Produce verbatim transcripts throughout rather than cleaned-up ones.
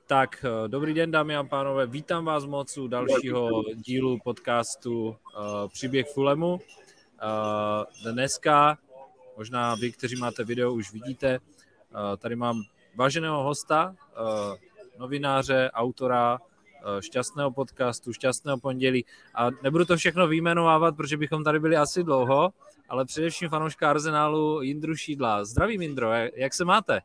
Tak, dobrý den, dámy a pánové, vítám vás moc u dalšího dílu podcastu uh, Příběh Fulhamu. Uh, dneska, možná vy, kteří máte video, už vidíte, uh, tady mám váženého hosta, uh, novináře, autora uh, šťastného podcastu, šťastného pondělí. A nebudu to všechno vyjmenovávat, protože bychom tady byli asi dlouho, ale především fanouška Arsenalu Jindru Šídla. Zdravím, Jindro, jak se máte?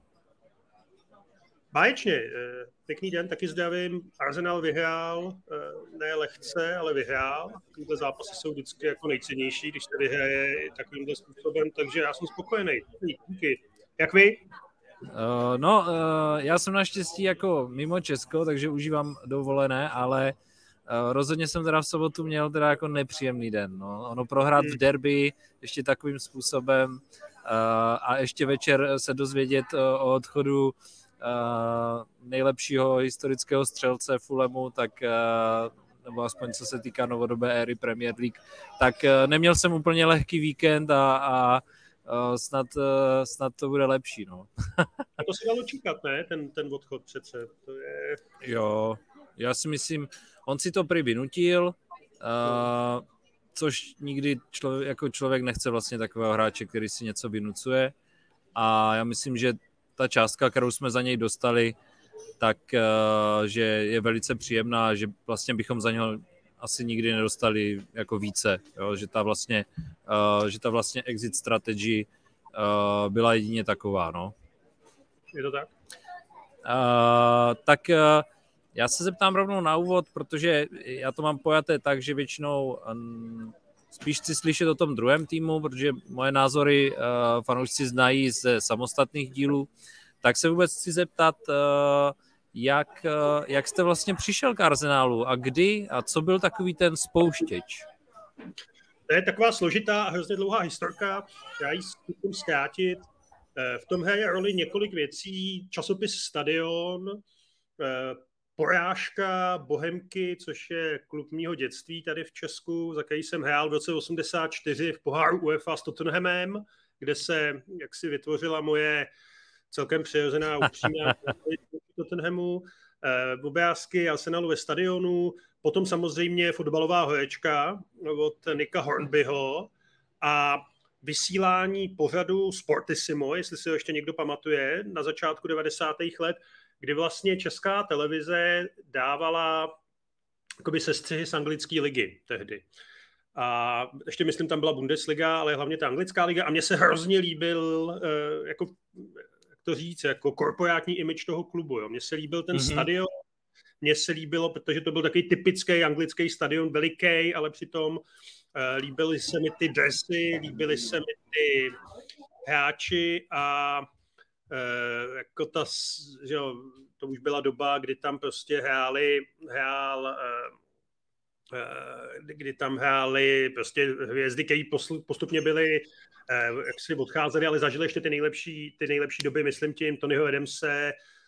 Báječně, pěkný den, taky zdravím. Arsenal vyhrál, ne lehce, ale vyhrál. Tyhle zápasy jsou vždycky jako nejcennější, když se vyhraje takovýmhle způsobem, takže já jsem spokojený. Díky. Jak vy? Uh, no, uh, já jsem naštěstí jako mimo Česko, takže užívám dovolené, ale uh, rozhodně jsem teda v sobotu měl teda jako nepříjemný den. No. Ono prohrát v derby ještě takovým způsobem uh, a ještě večer se dozvědět uh, o odchodu Uh, nejlepšího historického střelce Fulhamu, tak uh, nebo aspoň co se týká novodobé éry Premier League, tak uh, neměl jsem úplně lehký víkend a, a uh, snad, uh, snad to bude lepší. No. A to se dalo čekat, ne? Ten, ten odchod přece. To je... Jo, já si myslím, on si to prý vynutil, uh, což nikdy člověk, jako člověk nechce vlastně takového hráče, který si něco vynucuje, a já myslím, že ta částka, kterou jsme za něj dostali, tak uh, že je velice příjemná, že vlastně bychom za něho asi nikdy nedostali jako více, jo? Že ta vlastně, uh, že ta vlastně exit strategy uh, byla jedině taková, no. Je to tak? Uh, tak uh, já se zeptám rovnou na úvod, protože já to mám pojaté tak, že většinou um, spíš chci slyšet o tom druhém týmu, protože moje názory uh, fanoušci znají ze samostatných dílů. Tak se vůbec chci zeptat, uh, jak, uh, jak jste vlastně přišel k Arsenalu a kdy a co byl takový ten spouštěč? To je taková složitá a hrozně dlouhá historka, já ji zkusím zkrátit. V tom hraje roli několik věcí, časopis Stadion, porážka Bohemky, což je klub mýho dětství tady v Česku, za který jsem hrál v roce osmdesát čtyři v poháru UEFA s Tottenhamem, kde se jaksi vytvořila moje celkem přirozená upřímná Tottenhamu, eh, obrázky Arsenalu ve Stadionu, potom samozřejmě fotbalová horečka od Nicka Hornbyho a vysílání pořadu Sportissimo, jestli si ho ještě někdo pamatuje, na začátku devadesátých let, kdy vlastně Česká televize dávala jakoby sestřihy z anglické ligy tehdy. A ještě myslím, tam byla Bundesliga, ale hlavně ta anglická liga. A mně se hrozně líbil, jako, jak to říct, jako korporátní image toho klubu. Jo. Mně se líbil ten mm-hmm. stadion, mně se líbilo, protože to byl takový typický anglický stadion, veliký, ale přitom líbily se mi ty dresy, líbily se mi ty hráči a Uh, jako ta, že jo, to už byla doba, kdy tam prostě hráli, hrál, uh, uh, kdy tam hráli prostě hvězdy, které postupně byly, uh, jak si odcházeli, ale zažili ještě ty nejlepší, ty nejlepší doby, myslím tím, Tonyho Adamse,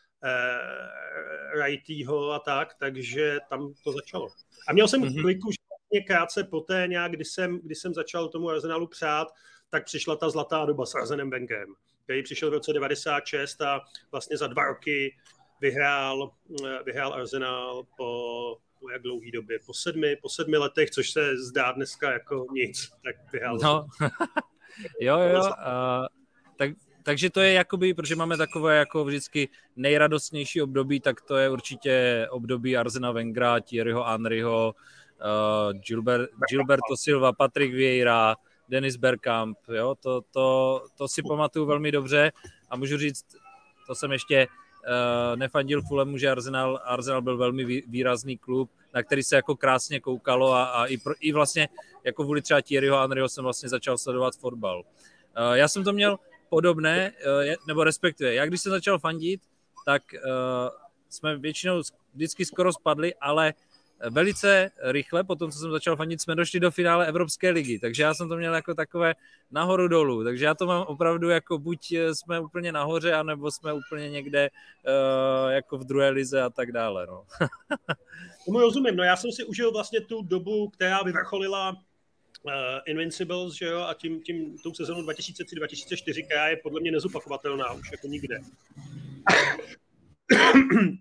uh, Wrightyho a tak, takže tam to začalo. A měl jsem mm-hmm. kliku, že vlastně krátce poté nějak, kdy jsem, kdy jsem začal tomu Arsenalu přát, tak přišla ta zlatá doba s Arsenem Wengerem, který přišel v roce devadesát šest a vlastně za dva roky vyhrál, vyhrál Arsenal po, po jak dlouhý době, po sedmi, po sedmi letech, což se zdá dneska jako nic, tak vyhrál. No, jo, jo, uh, tak, takže to je jakoby, protože máme takové jako vždycky nejradostnější období, tak to je určitě období Arsena Wengera, Thierryho Henryho, uh, Gilbert, Gilberto Silva, Patrick Vieira, Dennis Bergkamp, jo, to, to, to si pamatuju velmi dobře a můžu říct, to jsem ještě uh, nefandil Fulhamu, že Arsenal, Arsenal byl velmi výrazný klub, na který se jako krásně koukalo a, a i, pro, i vlastně jako vůli třeba Thierryho Henryho jsem vlastně začal sledovat fotbal. Uh, já jsem to měl podobné, uh, nebo respektive, já když jsem začal fandit, tak uh, jsme většinou vždycky skoro spadli, ale velice rychle, potom co jsem začal fandit, jsme došli do finále Evropské ligy, takže já jsem to měl jako takové nahoru dolů, takže já to mám opravdu jako buď jsme úplně nahoře, anebo jsme úplně někde uh, jako v druhé lize a tak dále. No. Tomu rozumím, no já jsem si užil vlastně tu dobu, která vyvrcholila uh, Invincibles, že jo, a tím, tím tou sezónu dva tisíce tři dva tisíce čtyři, která je podle mě nezopakovatelná už jako nikde.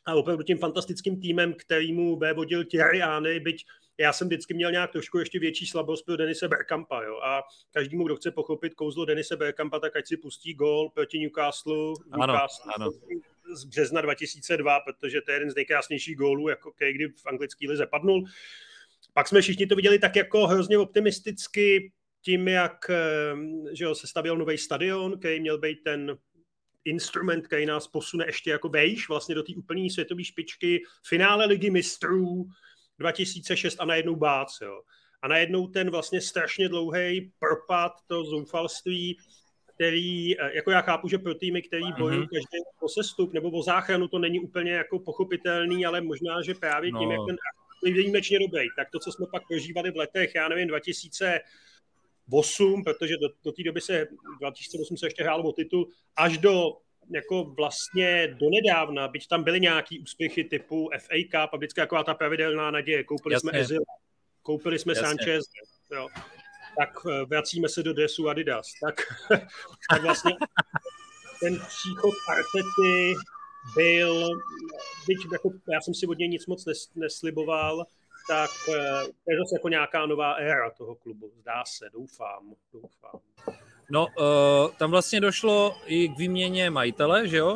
a opravdu tím fantastickým týmem, kterýmu vévodil Thierry Henry, byť já jsem vždycky měl nějak trošku ještě větší slabost pro Denise Bergkampa, jo, a každému, kdo chce pochopit kouzlo Denise Bergkampa, tak ať si pustí gól proti Newcastle, ano, Newcastle ano. z března dva tisíce dva, protože to je jeden z nejkrásnějších gólů, jako kdy v anglické lize padnul. Pak jsme všichni to viděli tak jako hrozně optimisticky tím, jak že jo, se stavěl nový stadion, který měl být ten instrument, který nás posune ještě jako vejš vlastně do té úplné světové špičky, finále Ligy mistrů dva tisíce šest a najednou bác, jo. A najednou ten vlastně strašně dlouhý propad, to zoufalství, který, jako já chápu, že pro týmy, který bojují mm-hmm. každý o sestup nebo o záchranu, to není úplně jako pochopitelný, ale možná, že právě tím, no. jak ten výjimečně dobrý, tak to, co jsme pak prožívali v letech, já nevím, dva tisíce osm, protože do, do té doby se dva tisíce osm se ještě hrálo o titul, až do jako vlastně donedávna, byť tam byly nějaký úspěchy typu F A Cup a vždycky taková ta pravidelná naděje, koupili Jasně. jsme Ezil, koupili jsme Jasně. Sanchez, jo. Tak vracíme se do dresu Adidas, tak, tak vlastně ten příchod Artety byl, byť jako, já jsem si od něj nic moc nes, nesliboval, tak to je zase jako nějaká nová éra toho klubu, zdá se, doufám, doufám. No, uh, tam vlastně došlo i k výměně majitele, že jo?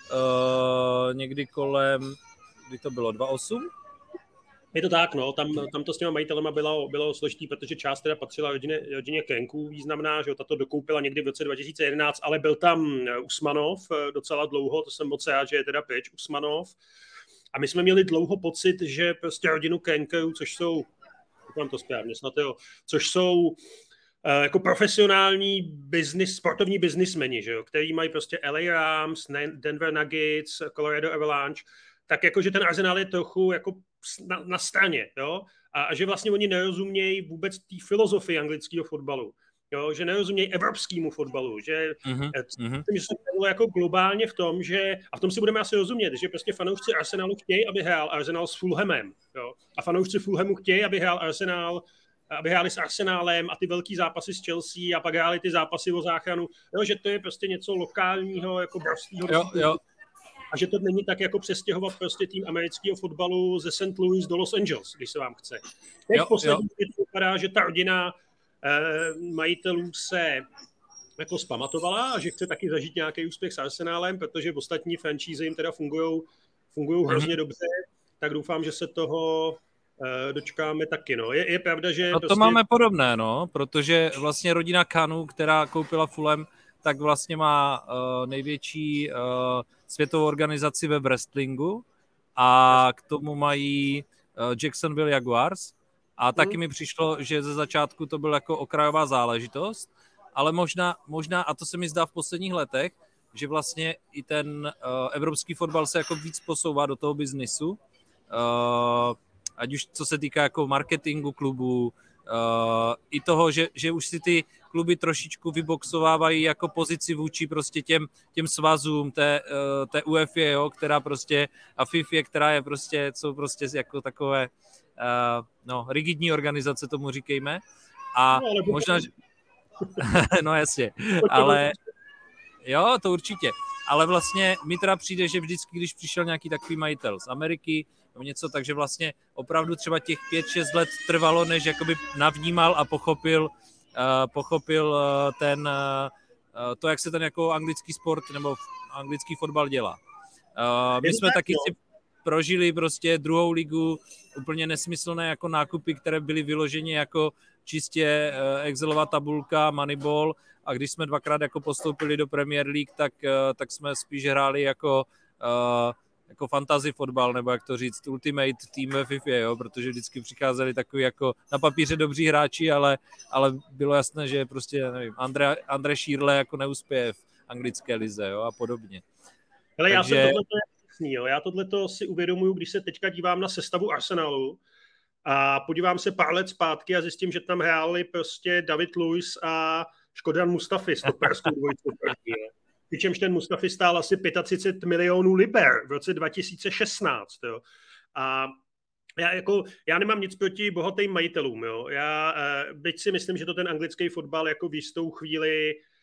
Uh, někdy kolem, kdy to bylo, dva tisíce osm? Je to tak, no, tam, tam to s těma majitelema bylo, bylo složitý, protože část teda patřila rodině, rodině Kenků významná, že jo, tato dokoupila někdy v roce dva tisíce jedenáct, ale byl tam Usmanov docela dlouho, to jsem moc rád, že je teda pryč Usmanov. A my jsme měli dlouho pocit, že prostě rodinu Kenků, což jsou, mám to správně snad, jo, což jsou uh, jako profesionální business, sportovní biznismeni, že jo, který mají prostě L A Rams, Denver Nuggets, Colorado Avalanche, tak jakože ten Arsenal je trochu jako na, na straně, jo, a, a že vlastně oni nerozumějí vůbec té filozofii anglického fotbalu, jo, že nerozumějí evropskému fotbalu, že, mm-hmm. že se bylo jako globálně v tom, že, a v tom si budeme asi rozumět, že prostě fanoušci Arsenalu chtějí, aby hrál Arsenal s Fulhamem, jo, a fanoušci Fulhamu chtějí, aby hrál Arsenal, aby hráli s Arsenálem a ty velký zápasy s Chelsea a pak hráli ty zápasy o záchranu, jo, že to je prostě něco lokálního, jako brzkého. Jo, jo. A že to není tak jako přestěhovat prostě tým amerického fotbalu ze Saint Louis do Los Angeles, když se vám chce. Teď jo, poslední jo. vypadá, že ta rodina eh, majitelů se jako zpamatovala a že chce taky zažít nějaký úspěch s Arsenálem, protože ostatní franšízy jim teda fungujou fungujou hrozně mm-hmm. dobře, tak doufám, že se toho eh, dočkáme taky. No. Je, je pravda, že... No to prostě... máme podobné, no, protože vlastně rodina Kanu, která koupila Fulham, tak vlastně má uh, největší uh, světovou organizaci ve wrestlingu a k tomu mají uh, Jacksonville Jaguars a mm. taky mi přišlo, že ze začátku to byla jako okrajová záležitost, ale možná, možná, a to se mi zdá v posledních letech, že vlastně i ten uh, evropský fotbal se jako víc posouvá do toho biznisu, uh, ať už co se týká jako marketingu klubů, Uh, i toho, že, že už si ty kluby trošičku vyboxovávají jako pozici vůči prostě těm, těm svazům té, uh, té U E F A, jo, která prostě a FIFA, která je prostě, jsou prostě jako takové uh, no, rigidní organizace, tomu říkejme. A no, možná, že... no jasně, ale jo, to určitě. Ale vlastně mi teda přijde, že vždycky, když přišel nějaký takový majitel z Ameriky, nebo něco, takže vlastně opravdu třeba těch pět šest let trvalo, než jakoby navnímal a pochopil, uh, pochopil uh, ten, uh, to, jak se ten jako anglický sport nebo anglický fotbal dělá. Uh, my jsme taky si prožili prostě druhou ligu, úplně nesmyslné jako nákupy, které byly vyloženě jako čistě uh, Excelová tabulka, Moneyball, a když jsme dvakrát jako postoupili do Premier League, tak, uh, tak jsme spíš hráli jako uh, jako fantasy fotbal, nebo jak to říct, ultimate team ve FIFA, jo, protože vždycky přicházeli takový jako na papíře dobří hráči, ale, ale bylo jasné, že prostě, nevím, Andre, Andre Schürrle jako neuspěje v anglické lize, jo, a podobně. Hele, Takže... já jsem tohleto jasný, jo, já tohleto si uvědomuju, když se teďka dívám na sestavu Arsenalu a podívám se pár let zpátky a zjistím, že tam hráli prostě David Luiz a Škodan Mustafi, stoperskou dvojici. Přičemž ten Mustafi stál asi třicet pět milionů liber v roce dva tisíce šestnáct. Jo. A já, jako, já nemám nic proti bohatým majitelům. Jo. Já byť si myslím, že to ten anglický fotbal jako v jistou chvíli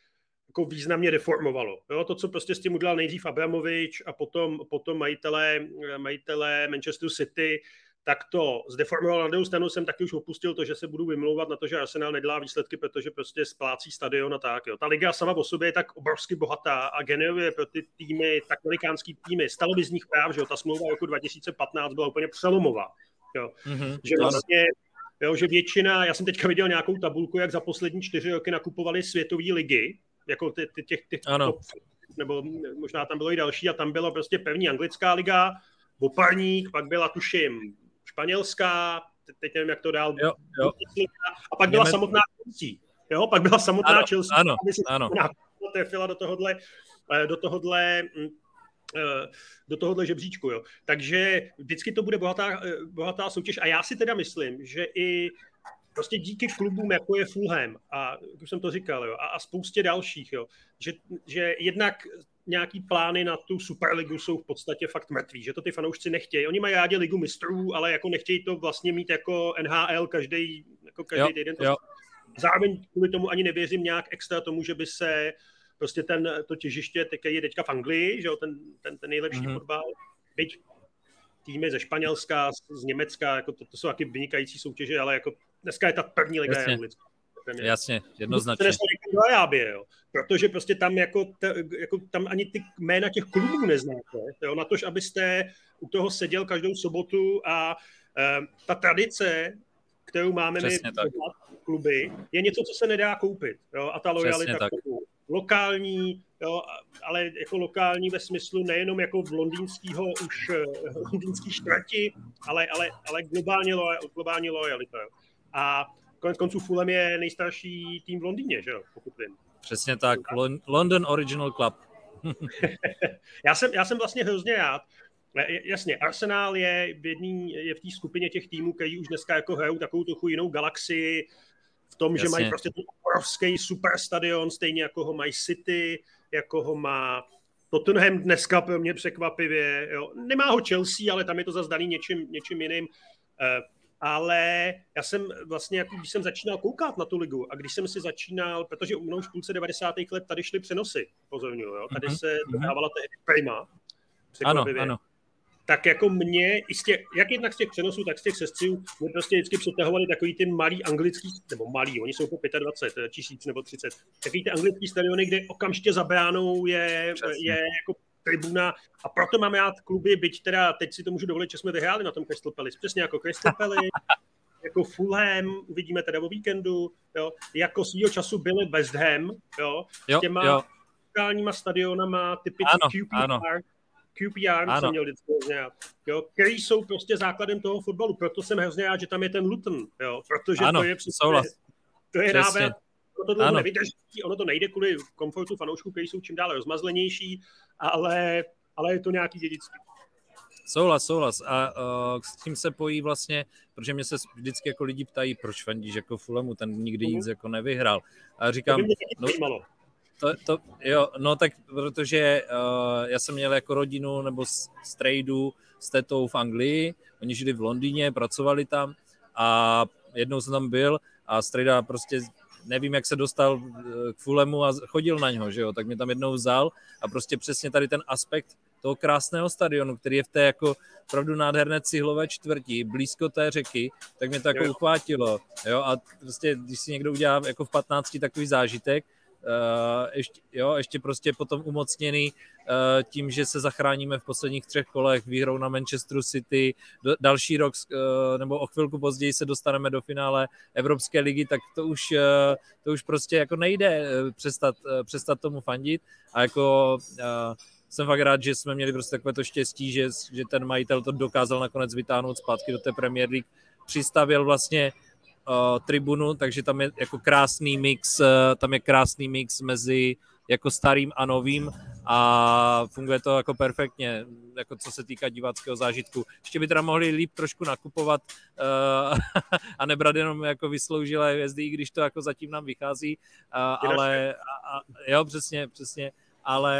jako významně deformovalo. Jo? To, co prostě s tím udělal nejdřív Abramovič a potom, potom majitelé, majitelé Manchesteru City, tak to zdeformovalo. Na druhou stranu jsem taky už opustil to, že se budu vymlouvat na to, že Arsenal nedělá výsledky, protože prostě splácí stadion a tak. Jo. Ta liga sama o sobě je tak obrovsky bohatá a generuje pro ty týmy, tak velikánský týmy. Stalo by z nich práv, že jo. Ta smlouva roku dva tisíce patnáct byla úplně přelomová. Jo. Mm-hmm. Že vlastně, jo, že většina, já jsem teďka viděl nějakou tabulku, jak za poslední čtyři roky nakupovali světové ligy, jako ty, ty, těch, těch top, nebo možná tam bylo i další, a tam byla prostě pevní anglická liga, Boparník, pak byla, tuším, španělská, teď nevím, jak to dál, jo, jo. a pak byla Němec... samotná Chelsea, jo, pak byla samotná ano, Chelsea, ano, ano. trefila do tohohle, do tohohle, do tohohle žebříčku, jo. Takže vždycky to bude bohatá, bohatá soutěž a já si teda myslím, že i prostě díky klubům, jako je Fulham, a už jsem to říkal, jo, a, a spoustě dalších, jo, že, že jednak nějaký plány na tu Superligu jsou v podstatě fakt mrtví, že to ty fanoušci nechtějí. Oni mají rádi ligu mistrů, ale jako nechtějí to vlastně mít jako N H L každý, jako každý týden. Zároveň kvůli tomu ani nevěřím nějak extra tomu, že by se prostě ten, to těžiště teď je teďka v Anglii, že jo, ten, ten, ten nejlepší mm-hmm. fotbal, byť týmy ze Španělska, z Německa, jako to, to jsou taky vynikající soutěže, ale jako dneska je ta první liga anglická. Jasně, jednoznačně. Do Arábie, jo. Protože prostě tam jako, te, jako tam ani ty jména těch klubů neznáte, jo, na tož, abyste u toho seděl každou sobotu a e, ta tradice, kterou máme přesně my v kluby, je něco, co se nedá koupit, jo, a ta lojalita lokální, jo, ale jako lokální ve smyslu nejenom jako v londýnského už londýnský štrati, ale, ale, ale globální, globální lojalita, jo. A konec konců Fulham je nejstarší tým v Londýně, že jo, pokud vím. Přesně tak, London Original Club. já, jsem, já jsem vlastně hrozně rád. Jasně, Arsenal je v jedný, je v té skupině těch týmů, který už dneska jako hrajou takovou trochu jinou galaxii, v tom, jasně, že mají prostě ten obrovský super stadion, stejně jako ho mají City, jako ho má Tottenham dneska pro mě překvapivě. Jo. Nemá ho Chelsea, ale tam je to zase daný něčím, něčím jiným. Ale já jsem vlastně, jako když jsem začínal koukat na tu ligu a když jsem si začínal, protože u mnou už v půlce devadesátých let tady šly přenosy, pozorňuji, jo, tady se dodávala ta Prima, překvapivě. Ano, ano. Tak jako mě, jak jednak z těch přenosů, tak z těch sestřů, mě prostě vždycky přitahovali takový ty malý anglický, nebo malý, oni jsou po dvacet pět tisíc nebo třicet, takový ty anglický stadiony, kde okamžitě za bránou je, je jako tribuna, a proto mám rád kluby, byť teda teď si to můžu dovolit, že jsme vyhráli na tom Crystal Palace, přesně jako Crystal Palace, jako Fulham, uvidíme teda o víkendu, jo, jako svýho času byli West Ham, jo, jo s těma lokálníma stadionama, typicky Q P R, ano. Q P R jsem měl vždycky hrozně rád, jo, který jsou prostě základem toho fotbalu, proto jsem hrozně rád, že tam je ten Luton, jo, protože ano, to je přesně, to je návrat, ono to nevydrží, ono to nejde kvůli komfortu fanoušků, kteří jsou čím dále rozmazlenější, ale, ale je to nějaký dědictví. Souhlas, souhlas. A uh, s tím se pojí vlastně, protože mě se vždycky jako lidi ptají, proč fandíš jako Fulhamu, ten nikdy nic mm-hmm. jako nevyhrál. A říkám, no, to, to, jo, no tak protože uh, já jsem měl jako rodinu nebo strejdu s tetou v Anglii, oni žili v Londýně, pracovali tam a jednou jsem tam byl a strejda prostě nevím, jak se dostal k Fulhamu a chodil na něho, že jo, tak mě tam jednou vzal a prostě přesně tady ten aspekt toho krásného stadionu, který je v té jako opravdu nádherné cihlové čtvrti, blízko té řeky, tak mě to jako uchvátilo, jo, a prostě, když si někdo udělá jako v patnácti takový zážitek, Uh, ještě, jo, ještě prostě potom umocněný uh, tím, že se zachráníme v posledních třech kolech výhrou na Manchesteru City, do, další rok uh, nebo o chvilku později se dostaneme do finále Evropské ligy, tak to už, uh, to už prostě jako nejde uh, přestat, uh, přestat tomu fandit a jako uh, jsem fakt rád, že jsme měli prostě takové to štěstí, že, že ten majitel to dokázal nakonec vytáhnout zpátky do té Premier League, přistavěl vlastně Uh, tribunu, takže tam je jako krásný mix, uh, tam je krásný mix mezi jako starým a novým a funguje to jako perfektně, jako co se týká diváckého zážitku. Ještě by teda mohli líp trošku nakupovat uh, a nebrat jenom jako vysloužilé hvězdy, i když to jako zatím nám vychází, uh, ale a, a, jo, přesně, přesně, ale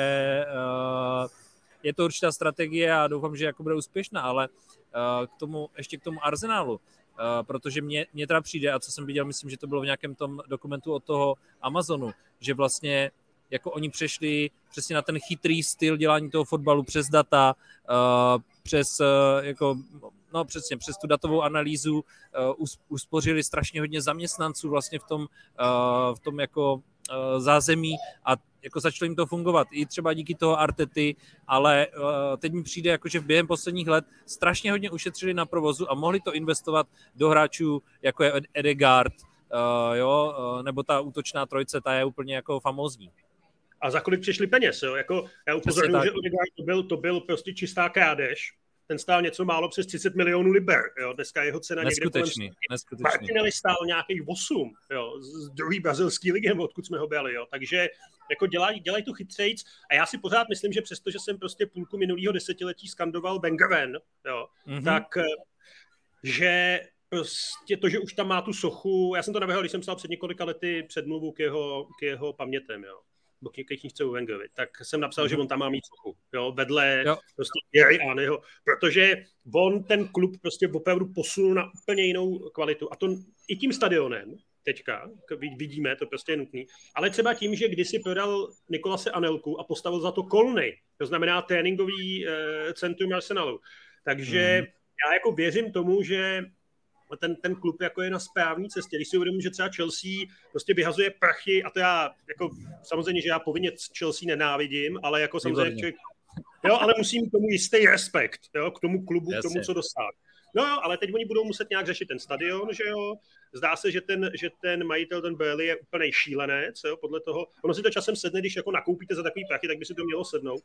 uh, je to určitá strategie a doufám, že jako bude úspěšná, ale uh, k tomu, ještě k tomu Arsenalu, Uh, protože mě, mě teda přijde, a co jsem viděl, myslím, že to bylo v nějakém tom dokumentu od toho Amazonu, že vlastně jako oni přešli přesně na ten chytrý styl dělání toho fotbalu přes data, uh, přes, uh, jako, no přesně, přes tu datovou analýzu, uh, uspořili strašně hodně zaměstnanců vlastně v tom, uh, v tom jako uh, zázemí a jako začalo jim to fungovat i třeba díky toho Artety, ale uh, teď mi přijde, jako, že během posledních let strašně hodně ušetřili na provozu a mohli to investovat do hráčů, jako je Ødegaard, uh, jo, uh, nebo ta útočná trojce, ta je úplně jako famózní. A za kolik přišli peněz, jo? Jako, já upozorňuji, že Ødegaard to byl, to byl prostě čistá krádež. Ten stál něco málo přes třicet milionů liber, jo? Dneska jeho cena neskutečný, někde kolem... Neskutečný. Martinelli stál nějakých osm, jo? Z druhý brazilský ligy, odkud jsme ho byli, jo? Takže jako dělají dělaj tu chytřejc a já si pořád myslím, že přesto, že jsem prostě půlku minulého desetiletí skandoval Bengerven, jo? Mm-hmm. Tak že prostě to, že už tam má tu sochu, já jsem to navrhl, když jsem psal před několika lety předmluvu k jeho, k jeho pamětem, jo? Bo ke knižce o Wengerovi, tak jsem napsal, mm-hmm. že on tam má mít sochu, jo, vedle jo. prostě Thierry Henryho, protože on ten klub prostě opravdu posunul na úplně jinou kvalitu a to i tím stadionem teďka, vidíme, to prostě je nutný, ale třeba tím, že kdysi prodal Nikolase Anelku a postavil za to Kolny, to znamená tréninkový eh, centrum Arsenalu, takže mm-hmm. já jako věřím tomu, že ten, ten klub jako je na správné cestě. Když si uvědomím, že třeba Chelsea prostě vyhazuje prachy a to já, jako samozřejmě, že já povinně Chelsea nenávidím, ale jako samozřejmě člověk, jo, ale musím k tomu jistý respekt, jo, k tomu klubu, Jasně. k tomu, co dostat. No jo, ale teď oni budou muset nějak řešit ten stadion, že jo. Zdá se, že ten, že ten majitel, ten Bailey je úplnej šílenec, jo, podle toho. Ono si to časem sedne, když jako nakoupíte za takový prachy, tak by si to mělo sednout.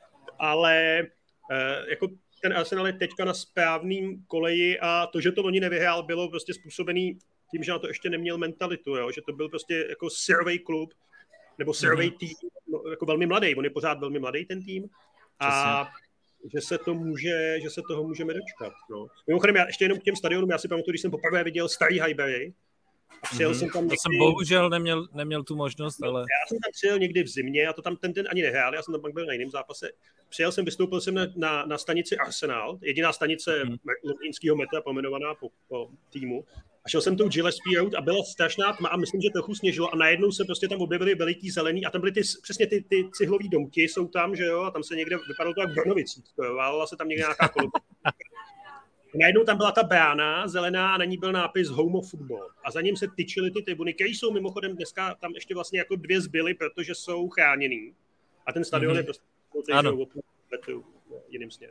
Ale eh, jako ten Arsenal je teďka na správným koleji a to, že to oni nevyhrál, bylo prostě způsobený tím, že na to ještě neměl mentalitu, jo? Že to byl prostě jako survey klub, nebo survey mm-hmm. tým, no, jako velmi mladý, on je pořád velmi mladý ten tým a Přesně. že se to může, že se toho můžeme dočkat. No. Mimochodem, já ještě jenom k těm stadionům, já si pamatuju, když jsem poprvé viděl starý Highbury, a přijel mm-hmm. jsem tam někdy... To jsem bohužel neměl, neměl tu možnost, ale... Já jsem tam přijel někdy v zimě, a to tam ten den ani nehrál, já jsem tam pak byl na jiném zápase. Přijel jsem, vystoupil jsem na, na, na stanici Arsenal, jediná stanice mm. londýnského metra pomenovaná po, po týmu. A šel jsem tou Gillespie Road a byla strašná tma a myslím, že trochu sněžilo a najednou se prostě tam objevily veliký zelený a tam byly ty, přesně ty, ty cihlový domky, jsou tam, že jo, a tam se někde, vypadalo to jak v Brnovicích, válela se tam někde nějaká kolobka. Najednou tam byla ta brána zelená a na ní byl nápis Home of Football. A za ním se tyčily ty tribuny, které jsou mimochodem dneska tam ještě vlastně jako dvě zbyly, protože jsou chráněný. A ten stadion mm-hmm. je prostě letu jiným směrem.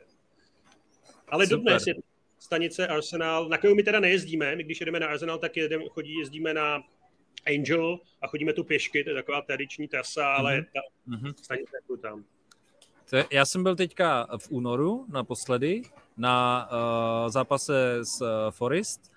Ale Super. Dodnes je stanice Arsenal, na kterou my teda nejezdíme. My když jedeme na Arsenal, tak jedeme, chodí, jezdíme na Angel a chodíme tu pěšky, to je taková tradiční trasa, mm-hmm. ale ta mm-hmm. stanice je tam. To je, já jsem byl teďka v únoru naposledy na uh, zápase s uh, Forest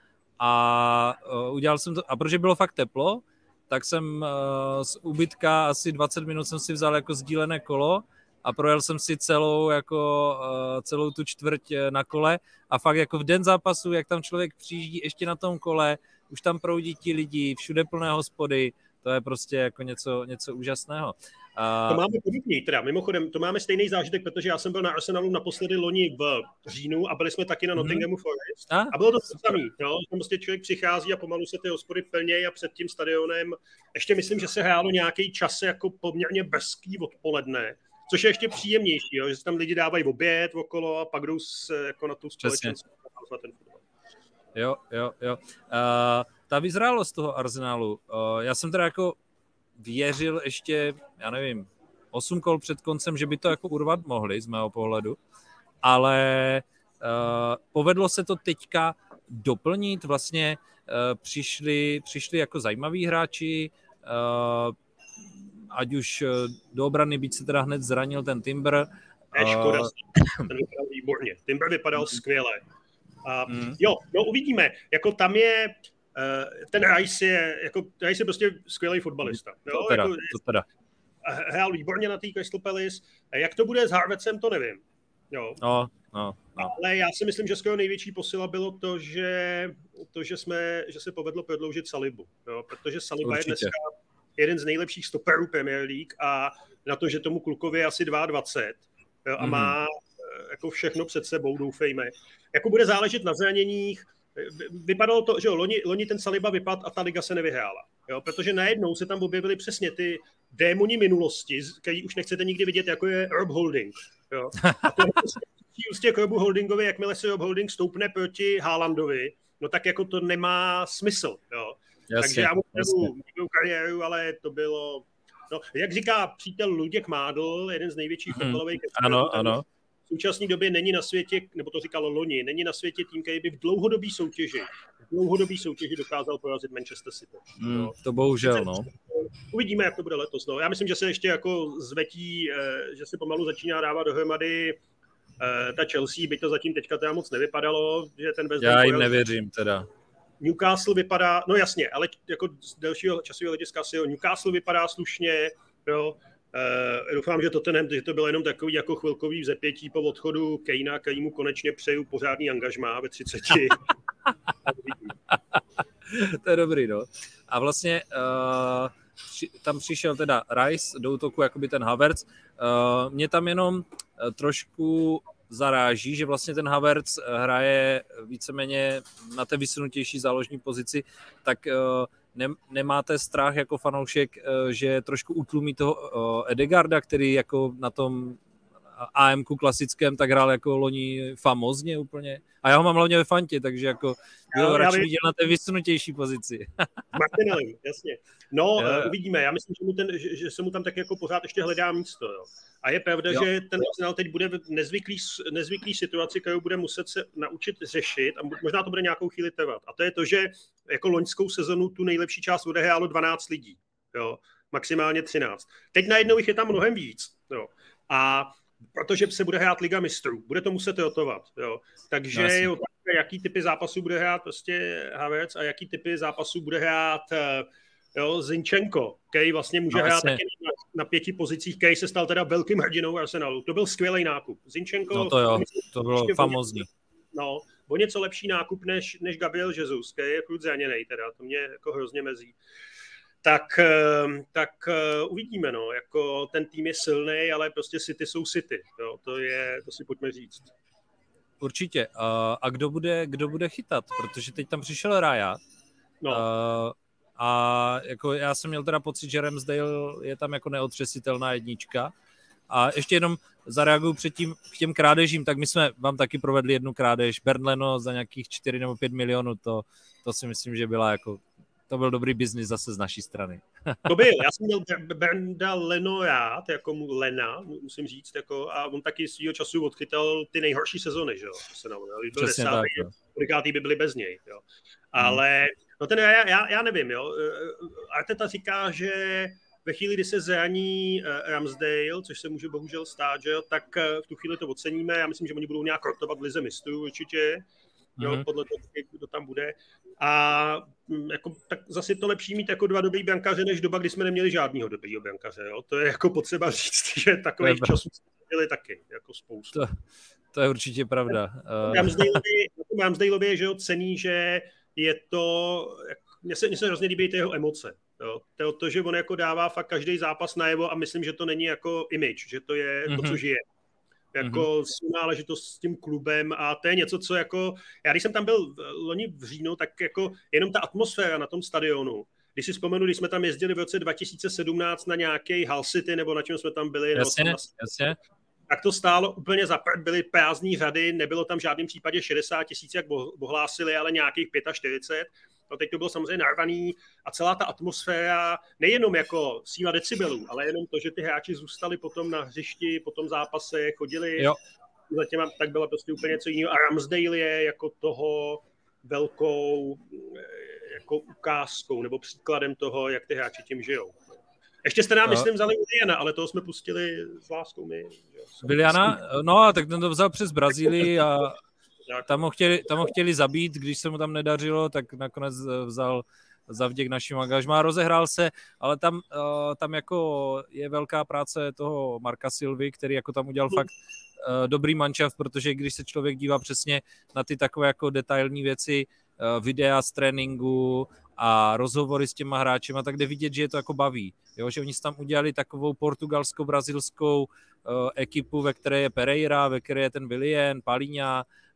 a uh, udělal jsem to, a protože bylo fakt teplo, tak jsem uh, z ubytka asi dvacet minut jsem si vzal jako sdílené kolo a projel jsem si celou, jako, uh, celou tu čtvrť na kole a fakt jako v den zápasu, jak tam člověk přijíždí ještě na tom kole, už tam proudí ti lidi, všude plné hospody, to je prostě jako něco, něco úžasného. Uh, to máme podobný, teda mimochodem, to máme stejný zážitek, protože já jsem byl na Arsenalu naposledy loni v říjnu a byli jsme taky na Nottinghamu mm. Forest a, a bylo to samý, no, tam prostě člověk přichází a pomalu se ty hospody plnějí a před tím stadionem, ještě myslím, že se hrálo nějaký čas jako poměrně brzký odpoledne, což je ještě příjemnější, jo, že se tam lidi dávají oběd okolo a pak jdou se, jako na tu společenskou na ten fotbal. Jo, jo, jo. Uh, ta vyzrálost toho Arsenalu, uh, já jsem teda jako věřil ještě, já nevím, osm kol před koncem, že by to jako urvat mohli z mého pohledu, ale uh, povedlo se to teďka doplnit, vlastně uh, přišli, přišli jako zajímaví hráči, uh, ať už do obrany, byť se teda hned zranil ten Timber. Je škoda, uh, ten vypadal výborně. Timber vypadal skvěle. Uh, mm. Jo, no uvidíme, jako tam je Uh, ten Rice je, jako, Rice je prostě skvělý fotbalista. To jo? teda, jako, to teda. Hrál výborně na té Crystal Palace. Jak to bude s Harvardsem, to nevím. Jo. No, no, no. Ale já si myslím, že skoro největší posila bylo to, že, to, že, jsme, že se povedlo prodloužit Salibu. Jo? Protože Saliba Určitě. je dneska jeden z nejlepších stoperů Premier League a na to, že tomu klukovi je asi dvacet dva jo? a mm. má jako všechno před sebou, doufejme. Jako bude záležet na zraněních. Vypadalo to, že jo, loni, loni ten Saliba vypadl a ta liga se nevyhrála, jo, protože najednou se tam objevily přesně ty démoni minulosti, který už nechcete nikdy vidět, jako je Rob Holding. Jo? A to je prostě k Robu Holdingovi, jakmile se Rob Holding stoupne proti Haalandovi, no tak jako to nemá smysl. Jo? Jasně, Takže já mu děkuju kariéru, ale to bylo... No, jak říká přítel Luděk Mádl, jeden z největších hmm. fotbalových ano, ano. V současné době není na světě, nebo to říkal loni, není na světě tým, který by v dlouhodobý soutěži, v dlouhodobý soutěži dokázal porazit Manchester City. Hmm, no. To bohužel, no. Uvidíme, jak to bude letos. No. Já myslím, že se ještě jako zvetí, že se pomalu začíná dávat dohromady ta Chelsea, byť to zatím teďka teda moc nevypadalo, že ten West Ham... Já jim nevěřím teda. Newcastle vypadá, no jasně, ale jako z delšího časového hlediska si jo, Newcastle vypadá slušně, jo. Uh, doufám, že to, ten, že to bylo jenom takový jako chvilkový vzepětí po odchodu Kejna, který mu konečně přeju pořádný angažmá ve třiceti. To je dobrý, no. A vlastně uh, při, tam přišel teda Rice do útoku, jakoby ten Havertz. Uh, mě tam jenom uh, trošku zaráží, že vlastně ten Havertz hraje víceméně na té vysunutější záložní pozici, tak uh, ne, nemáte strach jako fanoušek, uh, že trošku utlumí toho uh, Edegarda, který jako na tom á emku klasickém tak hrál jako loni famózně úplně. A já ho mám hlavně ve fantě, takže jako byl radši viděl na té vysunutější pozici. Martinelli, jasně. No, uh, uvidíme. Já myslím, že, mu ten, že, že se mu tam tak jako pořád ještě hledá místo. Jo. A je pravda, jo. že ten Arsenal teď bude v nezvyklý, nezvyklý situaci, kterou bude muset se naučit řešit a možná to bude nějakou chvíli trvat. A to je to, že jako loňskou sezonu tu nejlepší část odehrálo dvanáct lidí. Jo. Maximálně třináct. Teď najednou jich je tam mnohem víc. Jo. A protože se bude hrát Liga mistrů, bude to muset rotovat. Jo. Takže je otázka, jaký typy zápasů bude hrát prostě Havertz a jaký typy zápasů bude hrát jo, Zinchenko, který vlastně může no, hrát taky na, na pěti pozicích, který se stal teda velkým hrdinou Arsenalu. To byl skvělý nákup. Zinchenko... No to jo, to bylo famózní. No, o něco lepší nákup než, než Gabriel Jesus, který je furt zraněnej teda, to mě jako hrozně mezí. Tak, tak uvidíme, no, jako ten tým je silný, ale prostě City jsou City, jo, to je, to si pojďme říct. Určitě. A, a kdo bude, kdo bude chytat? Protože teď tam přišel Raya. No. A, a jako já jsem měl teda pocit, že Ramsdale je tam jako neotřesitelná jednička. A ještě jenom zareaguju předtím k těm krádežím, tak my jsme vám taky provedli jednu krádež. Bernd Leno za nějakých čtyři nebo pět milionů, to, to si myslím, že byla jako to byl dobrý biznis zase z naší strany. To byl, já jsem měl Bernda Leno rád, jako mu Lena, musím říct, jako, a on taky svýho času odchytal ty nejhorší sezony, že jo, se naučil. Byl desátý, kolikátý by byli bez něj, jo. Ale, no ten, já, já, já nevím, jo, Arteta říká, že ve chvíli, kdy se zraní Ramsdale, což se může bohužel stát, že jo, tak v tu chvíli to oceníme, já myslím, že oni budou nějak rotovat v lize mistrů určitě, jo, mm-hmm. podle toho, kdo tam bude. A jako, tak zase to lepší mít jako dva dobrý brankaře, než doba, kdy jsme neměli žádnýho dobrýho brankaře. Jo? To je jako potřeba říct, že takových časů jsme měli taky jako spoustu. To, to je určitě pravda. Ramsdaleovi je, že ho cení, že je to, mně se, mně se hrozně líbí ty jeho emoce. Jo? To, to, že on jako dává fakt každý zápas najevo a myslím, že to není jako image, že to je mm-hmm. to, co žije. Jako mm-hmm. náležitost s tím klubem a to je něco, co jako, já když jsem tam byl loni v říjnu, tak jako jenom ta atmosféra na tom stadionu, když si vzpomenu, když jsme tam jezdili v roce dva tisíce sedmnáct na nějaký Hull City, nebo na čem jsme tam byli, jasně, nebo jasně. tak to stálo úplně za prd, byly prázdný řady, nebylo tam v žádném případě šedesát tisíc, jak ohlásili, ale nějakých čtyřicet pět. No teď to bylo samozřejmě narvaný a celá ta atmosféra, nejenom jako síla decibelů, ale jenom to, že ty hráči zůstali potom na hřišti, po tom zápase, chodili, jo. Zatím, tak byla prostě úplně něco jiného. A Ramsdale je jako toho velkou jako ukázkou nebo příkladem toho, jak ty hráči tím žijou. Ještě jste nám, no. myslím, vzali Williana, ale toho jsme pustili s láskou my. Williana? No, tak ten to vzal přes Brazílii a tam ho, chtěli, tam ho chtěli zabít, když se mu tam nedařilo, tak nakonec vzal zavděk našim angažmá, rozehrál se, ale tam, uh, tam jako je velká práce toho Marka Silvy, který jako tam udělal fakt uh, dobrý manšaft, protože když se člověk dívá přesně na ty takové jako detailní věci, uh, videa z tréninku a rozhovory s těma hráčima, tak jde vidět, že je to jako baví. Jo? Že oni si tam udělali takovou portugalsko-brazilskou uh, ekipu, ve které je Pereira, ve které je ten Willian, Palhinha,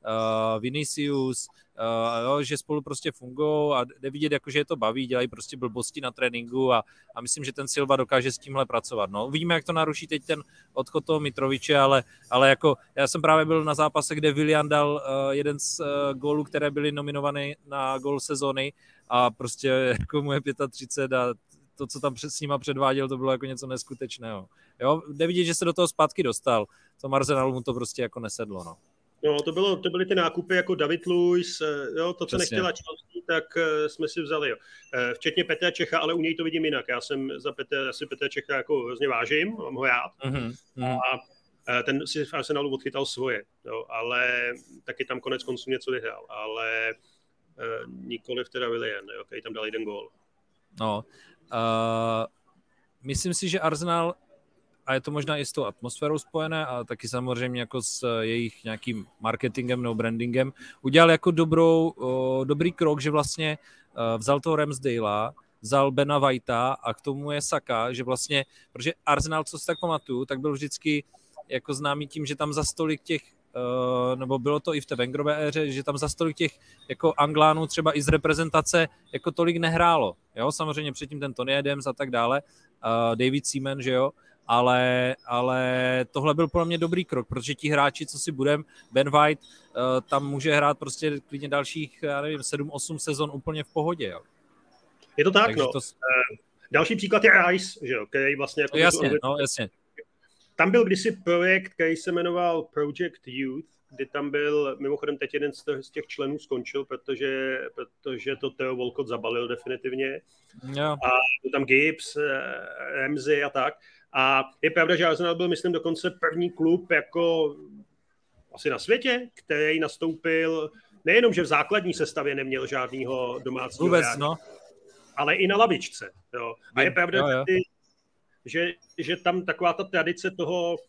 uh, Vinicius, uh, jo, že spolu prostě fungují a jde vidět, jako, že je to baví, dělají prostě blbosti na tréninku a, a myslím, že ten Silva dokáže s tímhle pracovat. No. Uvidíme, jak to naruší teď ten odchod toho Mitroviče, ale, ale jako já jsem právě byl na zápase, kde Willian dal uh, jeden z uh, gólů, které byly nominované na gól sezóny a prostě jako mu je třicet pět a to, co tam s nima předváděl, to bylo jako něco neskutečného. Jo, jde vidět, že se do toho zpátky dostal. To Arsenalu mu to prostě jako nesedlo, no. No, to, bylo, to byly ty nákupy jako David Luiz, jo, to, co Přesně. nechtěla Chelsea, tak jsme si vzali, jo. Včetně Petra Čecha, ale u něj to vidím jinak. Já jsem za Petra, asi Petra Čecha jako hrozně vážím, mám ho rád. Mm-hmm. A ten si v Arsenalu odchytal svoje, jo, ale taky tam konec konců něco vyhrál, ale nikoliv teda Willian, jo, který tam dal jeden gól. No, uh, myslím si, že Arsenal, a je to možná i s tou atmosférou spojené a taky samozřejmě jako s jejich nějakým marketingem nebo brandingem, udělal jako dobrou, uh, dobrý krok, že vlastně uh, vzal toho Ramsdalea, vzal Bena Whitea a k tomu je Saka, že vlastně, protože Arsenal, co si tak pamatuju, tak byl vždycky jako známý tím, že tam za stolik těch Uh, nebo bylo to i v té Wengerové éře, že tam za stolik těch jako Anglánů třeba i z reprezentace jako tolik nehrálo. Jo, samozřejmě předtím ten Tony Adams a tak dále, uh, David Seaman, že jo, ale, ale tohle byl pro mě dobrý krok, protože ti hráči, co si budem, Ben White uh, tam může hrát prostě klidně dalších, já nevím, sedm osm sezon úplně v pohodě, jo. Je to tak, Takže no. To... Uh, další příklad je Rice, že jo, který vlastně jako... Jasně, tu... no jasně. Tam byl kdysi projekt, který se jmenoval Project Youth, kdy tam byl, mimochodem teď jeden z těch členů skončil, protože, protože to Theo Walcott zabalil definitivně. Yeah. A byl tam Gibbs, Ramsey a tak. A je pravda, že Arsenal byl, myslím, dokonce první klub jako asi na světě, který nastoupil, nejenom, že v základní sestavě neměl žádnýho domácího Vůbec, no. ale i na lavičce. Jo. A je pravda, jo, jo. Že, že, že tam taková ta tradice toho uh,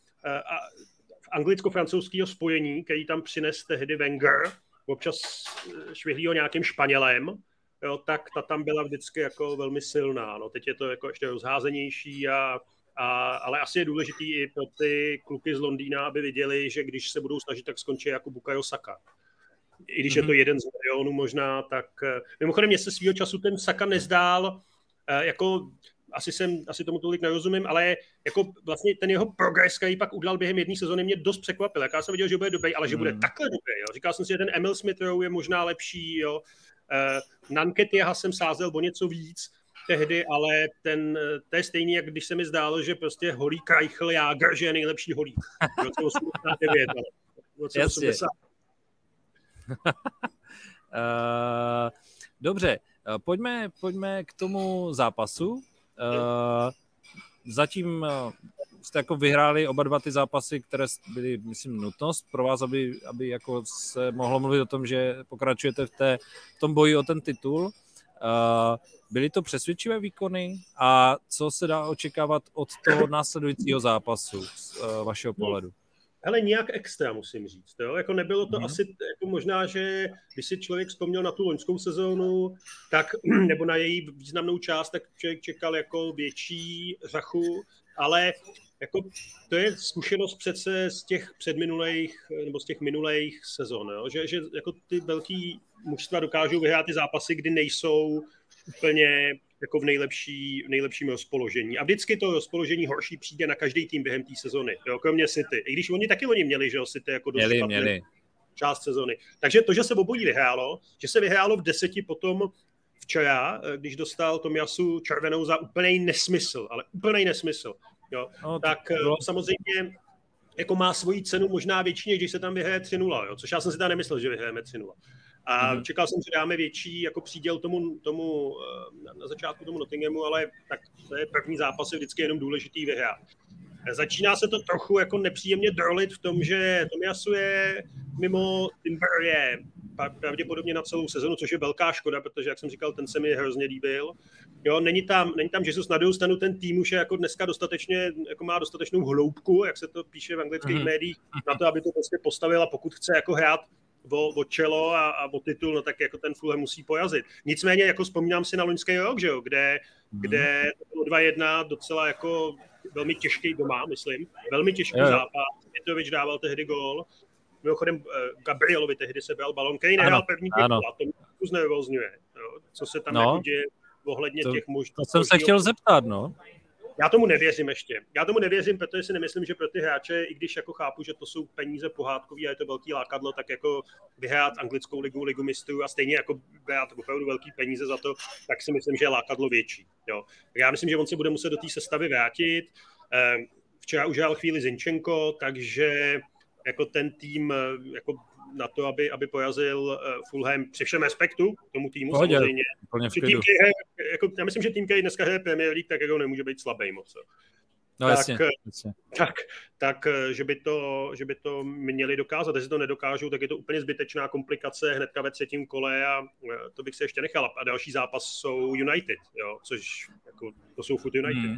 anglicko-francouzského spojení, který tam přines tehdy Wenger, občas švihlí ho nějakým Španělem, jo, tak ta tam byla vždycky jako velmi silná. No, teď je to jako ještě rozházenější, a, a, ale asi je důležitý i pro ty kluky z Londýna, aby viděli, že když se budou snažit, tak skončí jako Bukayo Saka. I když mm-hmm. je to jeden z milionů možná, tak... Mimochodem, mně se svýho času ten Saka nezdál, jako... Asi, jsem, asi tomu tolik nerozumím, ale jako vlastně ten jeho progres, který pak udělal během jedné sezóny, mě dost překvapil. Jak já jsem viděl, že bude dobrý, ale že bude mm. takhle dobrý. Jo. Říkal jsem si, že ten Emil Smith-Rowe je možná lepší. Jo. Uh, Nanketyha jsem sázel o něco víc tehdy, ale ten, to je stejný, jak když se mi zdálo, že prostě holí Kreichel Jágr, že je nejlepší holí. V roce osmdesát devět. Ale v roce osmdesát. uh, dobře, pojďme, pojďme k tomu zápasu. Uh, zatím uh, jste jako vyhráli oba dva ty zápasy, které byly, myslím, nutnost pro vás, aby, aby jako se mohlo mluvit o tom, že pokračujete v, té, v tom boji o ten titul. Uh, byly to přesvědčivé výkony a co se dá očekávat od toho následujícího zápasu z uh, vašeho pohledu? Hele, nějak extra, musím říct. Jo? Jako nebylo to mm. asi jako možná, že když si člověk vzpomněl na tu loňskou sezónu, tak, nebo na její významnou část, tak člověk čekal jako větší řachu, ale jako to je zkušenost přece z těch předminulejch, nebo z těch minulejch sezon, jo? Že, že jako ty velký mužstva dokážou vyhrát ty zápasy, kdy nejsou úplně jako v, nejlepší, v nejlepším rozpoložení. A vždycky to rozpoložení horší přijde na každý tým během té sezony, jo, kromě City. I když oni taky oni měli, že jo, City jako dost měli, měli. část sezony. Takže to, že se obojí vyhrálo, že se vyhrálo v deseti potom včera, když dostal Tomiasu červenou za úplnej nesmysl, ale úplnej nesmysl, jo, no, tak bylo... samozřejmě jako má svoji cenu možná větší, než když se tam vyhraje tři nula, jo, což já jsem si tam nemyslel, že vyhrajeme tři nula. A mm-hmm. čekal jsem, že dáme větší jako příděl tomu, tomu na začátku tomu Nottinghamu, ale tak to je první zápas, je vždycky jenom důležitý vyhrát. Začíná se to trochu jako nepříjemně drolit v tom, že Tomiasu je mimo Timber je pravděpodobně na celou sezonu, což je velká škoda, protože, jak jsem říkal, ten se mi hrozně líbil. Jo, není tam, není tam Jesus na druhou stranu, ten tým už je jako dneska dostatečně, jako má dostatečnou hloubku, jak se to píše v anglických mm-hmm. médiích, na to, aby to prostě postavil, a pokud chce jako hrát o, o čelo a, a o titul, no tak jako ten Fulham musí pojazit. Nicméně jako vzpomínám si na loňský rok, že jo, kde, mm. kde to bylo dva jedna docela jako velmi těžký doma, myslím, velmi těžký yeah. zápas. Mitrovič dával tehdy gól. mimochodem Gabrielovi tehdy se bral balon, který nehrál pevný piku a to mě znervozňuje, co se tam no, jako děje ohledně to, těch možností. To jsem se chtěl zeptat, no. Já tomu nevěřím ještě. Já tomu nevěřím, protože si nemyslím, že pro ty hráče, i když jako chápu, že to jsou peníze pohádkový a je to velký lákadlo, tak jako vyhrát anglickou ligu, ligu mistrů a stejně jako brát opravdu velký peníze za to, tak si myslím, že je lákadlo větší. Jo. Já myslím, že on se bude muset do té sestavy vrátit. Včera už hrál chvíli Zinchenko, takže jako ten tým jako na to, aby, aby porazil Fulham při všem respektu tomu týmu Pohodě, samozřejmě. Tým, je, jako, já myslím, že tým, který dneska hraje Premier League, tak jako nemůže být slabý moc. No, tak, jasně, jasně. tak, tak že, by to, že by to měli dokázat. Jestli to nedokážou, tak je to úplně zbytečná komplikace hnedka ve třetím kole a to bych se ještě nechal. A další zápas jsou United, jo, což jako, to jsou furt United. Hmm. Uh,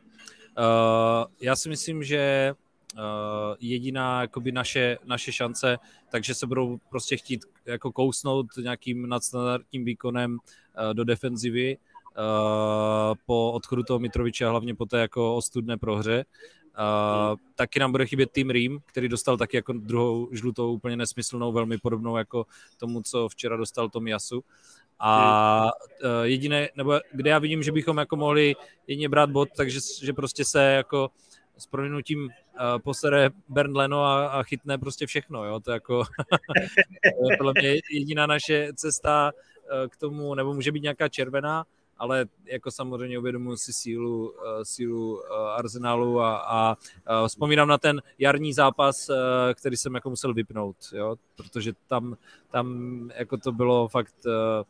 já si myslím, že Uh, jediná jakoby naše, naše šance, takže se budou prostě chtít jako kousnout nějakým nadstandardním výkonem uh, do defenzivy uh, po odchodu toho Mitroviče a hlavně po té jako ostudné prohře. Uh, taky nám bude chybět tým Rím, který dostal taky jako druhou žlutou úplně nesmyslnou, velmi podobnou jako tomu, co včera dostal Tomiyasu. A uh, jediné, nebo kde já vidím, že bychom jako mohli jedině brát bod, takže že prostě se jako s prominutím uh, posere Bernd Leno a, a chytne prostě všechno, jo, to je jako to je podle mě jediná naše cesta uh, k tomu, nebo může být nějaká červená, ale jako samozřejmě uvědomuji si sílu, uh, sílu uh, Arsenalu a, a uh, vzpomínám na ten jarní zápas, uh, který jsem jako musel vypnout, jo, protože tam, tam jako to bylo fakt uh,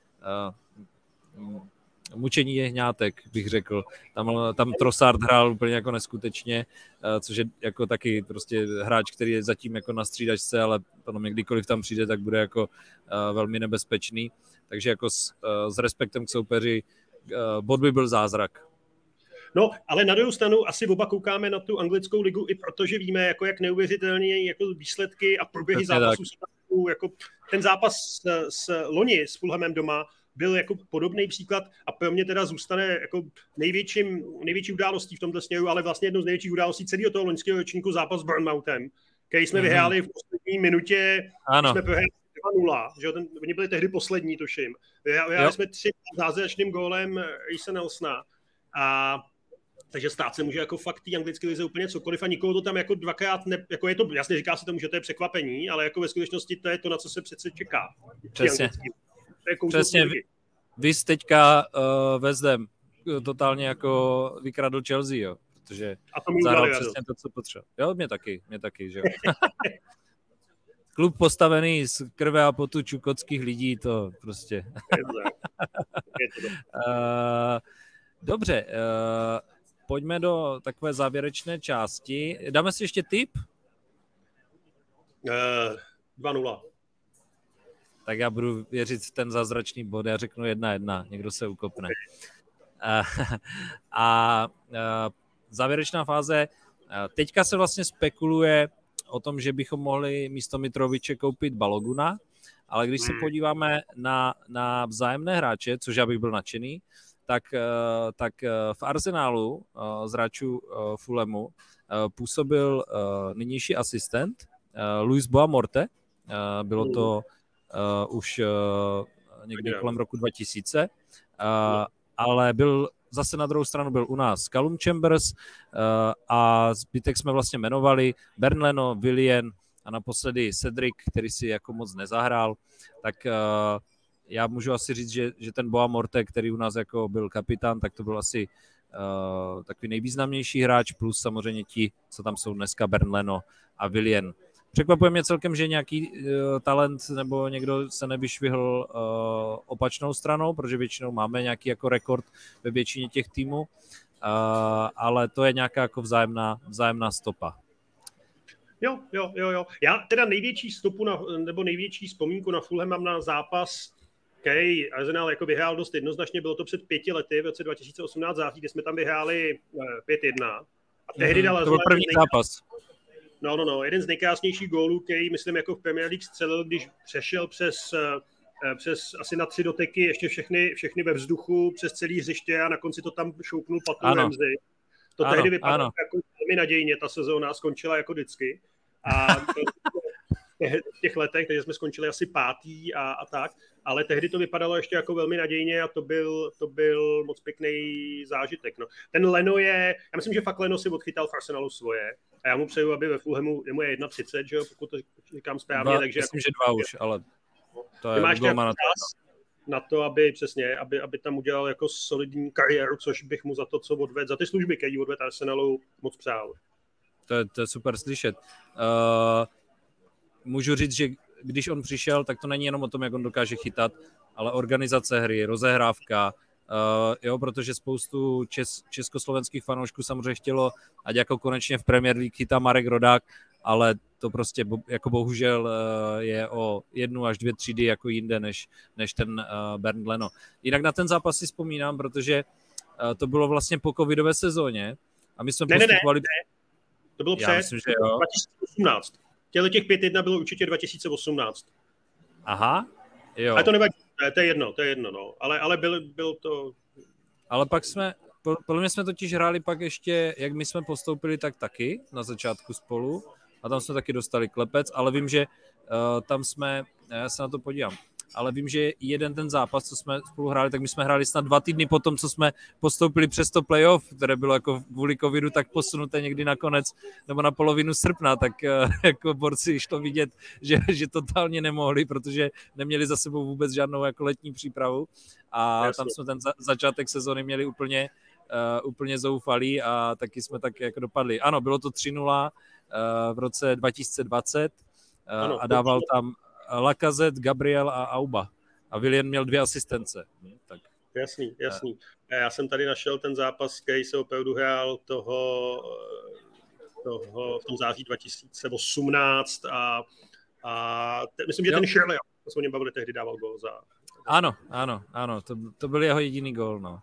uh, mučení jehňátek, bych řekl. Tam, tam Trossard hrál úplně jako neskutečně, což je jako taky prostě hráč, který je zatím jako na střídačce, ale potom kdykoliv tam přijde, tak bude jako velmi nebezpečný. Takže jako s, s respektem k soupeři bod by byl zázrak. No, ale na druhou stranu asi oba koukáme na tu anglickou ligu i protože víme, jako jak neuvěřitelně jako výsledky a průběhy zápasů jsou, jako ten zápas s, s loni s Fulhamem doma byl jako podobný příklad a pro mě teda zůstane jako největším, největší událostí v tomto směru, ale vlastně jednou z největších událostí celého toho loňského ročníku zápas s Bournemouthem, který jsme mm-hmm. vyhráli v poslední minutě, jsme prohráli dva nula, že ten, oni byli tehdy poslední, tuším. Vyhráli jsme tři zázračným gólem Reese Nelsona a takže stát se může jako fakt tý anglické lize úplně cokoliv a nikoho to tam jako dvakrát, ne, jako je to, jasně říká se tomu, že to je překvapení, ale jako ve skutečnosti to je to, na co se přece čeká. Přesně. Přesně, vy jste teďka uh, West Ham totálně jako vykradl Chelsea, jo, protože zahrál přesně to, co potřeba. Jo, mě taky, mě taky, že jo. Klub postavený z krve a potu čukotských lidí, to prostě. uh, dobře, uh, pojďme do takové závěrečné části. Dáme si ještě tip? Uh, dva nula. Tak já budu věřit v ten zázračný bod, já řeknu jedna jedna, někdo se ukopne. A, a, a závěrečná fáze, teďka se vlastně spekuluje o tom, že bychom mohli místo Mitroviče koupit Baloguna, ale když se podíváme na, na vzájemné hráče, což já bych byl nadšený, tak, tak v Arsenálu z hráčů Fulhamu působil nynější asistent Luis Boamorte, bylo to Uh, už uh, někdy kolem roku dva tisíce, uh, ale byl zase na druhou stranu byl u nás Callum Chambers uh, a zbytek jsme vlastně jmenovali Bernd Leno, Willian a naposledy Cedric, který si jako moc nezahrál, tak uh, já můžu asi říct, že, že ten Boamorte, který u nás jako byl kapitán, tak to byl asi uh, takový nejvýznamnější hráč, plus samozřejmě ti, co tam jsou dneska, Bernd Leno a Willian. Překvapuje mě celkem, že nějaký uh, talent nebo někdo se nevyšvihl uh, opačnou stranou, protože většinou máme nějaký jako rekord ve většině těch týmů, uh, ale to je nějaká jako vzájemná, vzájemná stopa. Jo, jo, jo, jo. Já teda největší stopu na, nebo největší vzpomínku na Fulham mám na zápas, který Arsenal jako vyhrál dost jednoznačně, bylo to před pěti lety, v roce dva tisíce osmnáct září, kde jsme tam vyhráli pět jedna. A tehdy mm, dal to byl první nej... zápas. No, no, no, jeden z nejkrásnějších gólů, který, myslím, jako v Premier League střelil, když přešel přes, přes asi na tři doteky, ještě všechny, všechny ve vzduchu, přes celý hřiště a na konci to tam šoupnul Patu Ramsey. To ano, tehdy vypadalo ano. jako velmi nadějně, ta sezóna skončila jako vždycky. A v těch letech, takže jsme skončili asi pátý a, a tak, ale tehdy to vypadalo ještě jako velmi nadějně a to byl, to byl moc pěkný zážitek. No. Ten Leno je, já myslím, že fakt Leno si odchytal v Arsenalu svoje a já mu přeju, aby ve Fulhamu, jemu je třicet jedna, že jo, pokud to říkám správně. Dva, takže myslím, jako, že dva už, ale to je máš golman na to. Na to, aby přesně, aby, aby tam udělal jako solidní kariéru, což bych mu za to, co odvedl, za ty služby, který odvedl Arsenalu, moc přál. To je, to je super slyšet. Uh, můžu říct, že když on přišel, tak to není jenom o tom, jak on dokáže chytat, ale organizace hry, rozehrávka, uh, jo, protože spoustu čes, československých fanoušků samozřejmě chtělo, ať jako konečně v Premier League chytá Marek Rodák, ale to prostě jako bohužel je o jednu až dvě třídy jako jinde, než, než ten Bernd Leno. Jinak na ten zápas si vzpomínám, protože to bylo vlastně po covidové sezóně a my jsme ne, postupovali... Ne, ne, ne. To bylo před myslím, že jo. dva tisíce osmnáct. Těle těch pět jedna bylo určitě dva tisíce osmnáct. Aha, jo. Ale to nevadí, to je jedno, to je jedno, no. Ale, ale byl, byl to... Ale pak jsme, podle mě jsme totiž hráli pak ještě, jak my jsme postoupili, tak taky na začátku spolu. A tam jsme taky dostali klepec, ale vím, že uh, tam jsme, já se na to podívám, ale vím, že jeden ten zápas, co jsme spolu hráli, tak my jsme hráli snad dva týdny potom, co jsme postoupili přes to playoff, které bylo jako kvůli covidu tak posunuté někdy na konec nebo na polovinu srpna, tak uh, jako borci šlo vidět, že, že totálně nemohli, protože neměli za sebou vůbec žádnou jako letní přípravu a Jasně. Tam jsme ten za, začátek sezony měli úplně, uh, úplně zoufalý a taky jsme tak jako dopadli. Ano, bylo to tři nula v roce dva tisíce dvacet ano, a dával tam Lacazette, Gabriel a Auba. A Willian měl dvě asistence. Tak. Jasný, jasný. Já jsem tady našel ten zápas, který se opravdu hrál toho, toho v tom září dva tisíce osmnáct a, a te, myslím, že jo. Ten Shirley, to jsme o něm bavili, tehdy dával gól za... Ano, ano, ano, to, to byl jeho jediný gól, no.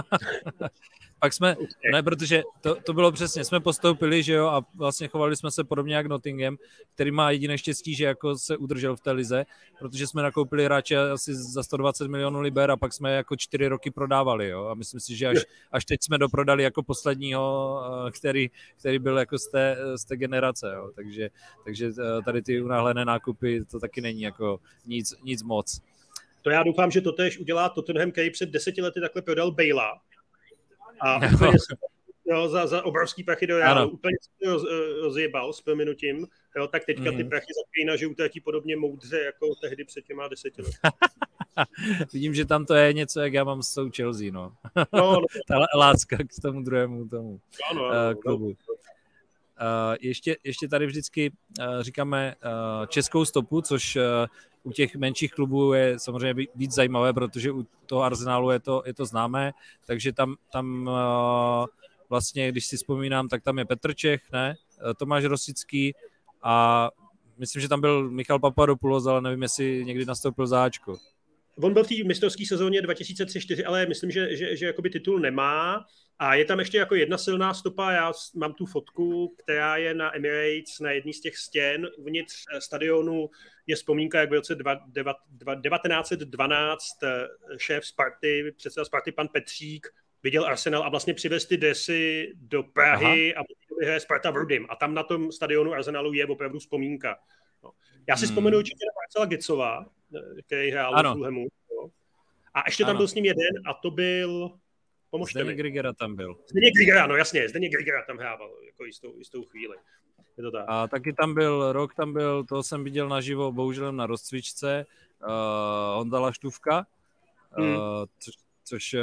Pak jsme, ne, protože to, to bylo přesně, jsme postoupili, že jo, a vlastně chovali jsme se podobně jak Nottingham, který má jediné štěstí, že jako se udržel v té lize, protože jsme nakoupili hráče asi za sto dvacet milionů liber a pak jsme jako čtyři roky prodávali, jo, a myslím si, že až, až teď jsme doprodali jako posledního, který, který byl jako z té, z té generace, jo, takže, takže tady ty unáhlené nákupy, to taky není jako nic, nic moc. To já doufám, že to též udělá Tottenham, který před deseti lety takhle prodal Bale'a. A úplně jo, za, za obrovský prachy do Realu, úplně se roz, rozjebal s prominutím, jo, tak teďka mm. ty prachy za Kejna, že utratí podobně moudře, jako tehdy před těma deseti lety. Vidím, že tam to je něco, jak já mám s tou Chelsea, no. no, no. Ta láska k tomu druhému tomu no, no, uh, no, klubu. Uh, ještě, ještě tady vždycky uh, říkáme uh, českou stopu, což uh, u těch menších klubů je samozřejmě víc zajímavé, protože u toho Arsenalu je to, je to známé, takže tam, tam uh, vlastně, když si vzpomínám, tak tam je Petr Čech, ne? Tomáš Rosický a myslím, že tam byl Michal Papadopoulos, ale nevím, jestli někdy nastoupil za Ačko. On byl v té mistrovské sezóně dva tisíce tři čtyři, ale myslím, že, že, že jakoby titul nemá. A je tam ještě jako jedna silná stopa, já mám tu fotku, která je na Emirates, na jedné z těch stěn. Uvnitř stadionu je vzpomínka, jak v roce devatenáct set dvanáct šéf Sparty, předseda Sparty pan Petřík, viděl Arsenal a vlastně přivez ty dresy do Prahy. Aha. A vyhraje Sparta v Rudym. A tam na tom stadionu Arsenalu je opravdu vzpomínka. No. Já si hmm. vzpomenu určitě na Marcela Gecova, který hrál v Fulhamu. A ještě tam ano. byl s ním jeden a to byl... Zdeněk Grigera tam byl. Zdeněk Grigera, no jasně, Zdeněk Grigera tam hrával jako jistou, jistou chvíli. Je to tak. A taky tam byl, rok tam byl, toho jsem viděl naživo, bohužel na rozcvičce, uh, Honza Laštůvka, hmm. uh, což, což uh,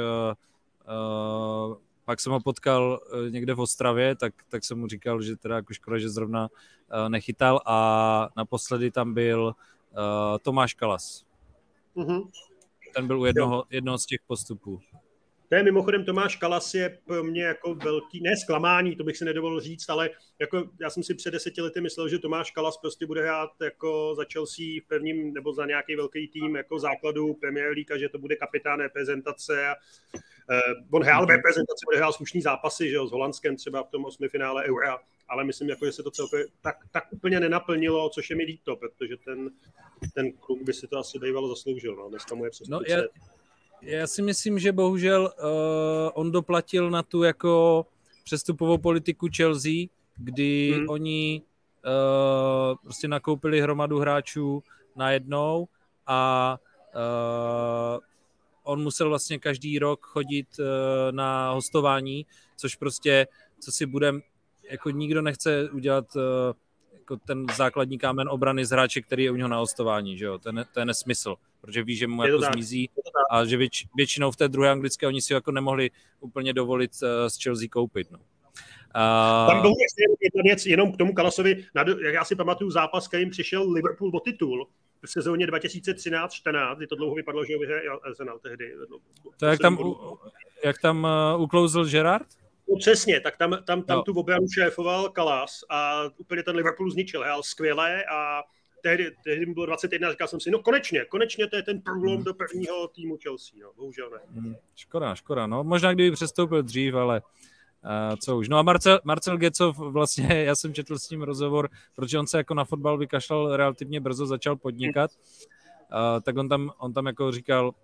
uh, pak jsem ho potkal uh, někde v Ostravě, tak, tak jsem mu říkal, že teda jako škoda, že zrovna uh, nechytal a naposledy tam byl uh, Tomáš Kalas. Mm-hmm. Ten byl u jednoho, jednoho z těch postupů. To je mimochodem Tomáš Kalas je pro mě jako velký, ne zklamání, to bych si nedovolil říct, ale jako já jsem si před deseti lety myslel, že Tomáš Kalas prostě bude hrát jako za Chelsea v prvním nebo za nějaký velký tým jako základu Premier League a že to bude kapitán reprezentace. A, uh, on hrál v reprezentaci, bude hrál slušný zápasy, že jo, s Holandskem třeba v tom osmifinále Eura, ale myslím, jako, že se to celkově tak, tak úplně nenaplnilo, což je mi líto, protože ten, ten klub by si to asi bývalo zasloužil. No. Dneska mu je přes no, já, já si myslím, že bohužel uh, on doplatil na tu jako přestupovou politiku Chelsea, kdy hmm. oni uh, prostě nakoupili hromadu hráčů najednou a uh, on musel vlastně každý rok chodit uh, na hostování, což prostě, co si budem, jako nikdo nechce udělat uh, jako ten základní kámen obrany z hráče, který je u něho na hostování, že jo, to je, to je nesmysl, protože ví, že mu jako tak, zmizí a že věč, většinou v té druhé anglické oni si jako nemohli úplně dovolit uh, z Chelsea koupit, no. Uh... Tam byl jedna věc, jenom k tomu Kallasovi, jak já si pamatuju zápas, kterým přišel Liverpool o titul v sezóně dva tisíce třináct čtrnáct, kdy to dlouho vypadlo, že vyhraje Arsenal tehdy. To jak tam, u, jak tam uh, uklouzl Gerrard? No přesně, tak tam, tam, tam no. tu obranu šéfoval Kallas a úplně ten Liverpool zničil, hrál skvěle a tehdy, tehdy mi bylo dvacet jedna, říkal jsem si, no konečně, konečně to je ten průlom hmm. do prvního týmu Chelsea, no, bohužel ne. Hmm. Škoda, škoda, no, možná kdyby přestoupil dřív, ale Uh, co už. No a Marcel, Marcel Gecov, vlastně já jsem četl s ním rozhovor, protože on se jako na fotbal vykašlal relativně brzo, začal podnikat, uh, tak on tam, on tam jako říkal, uh,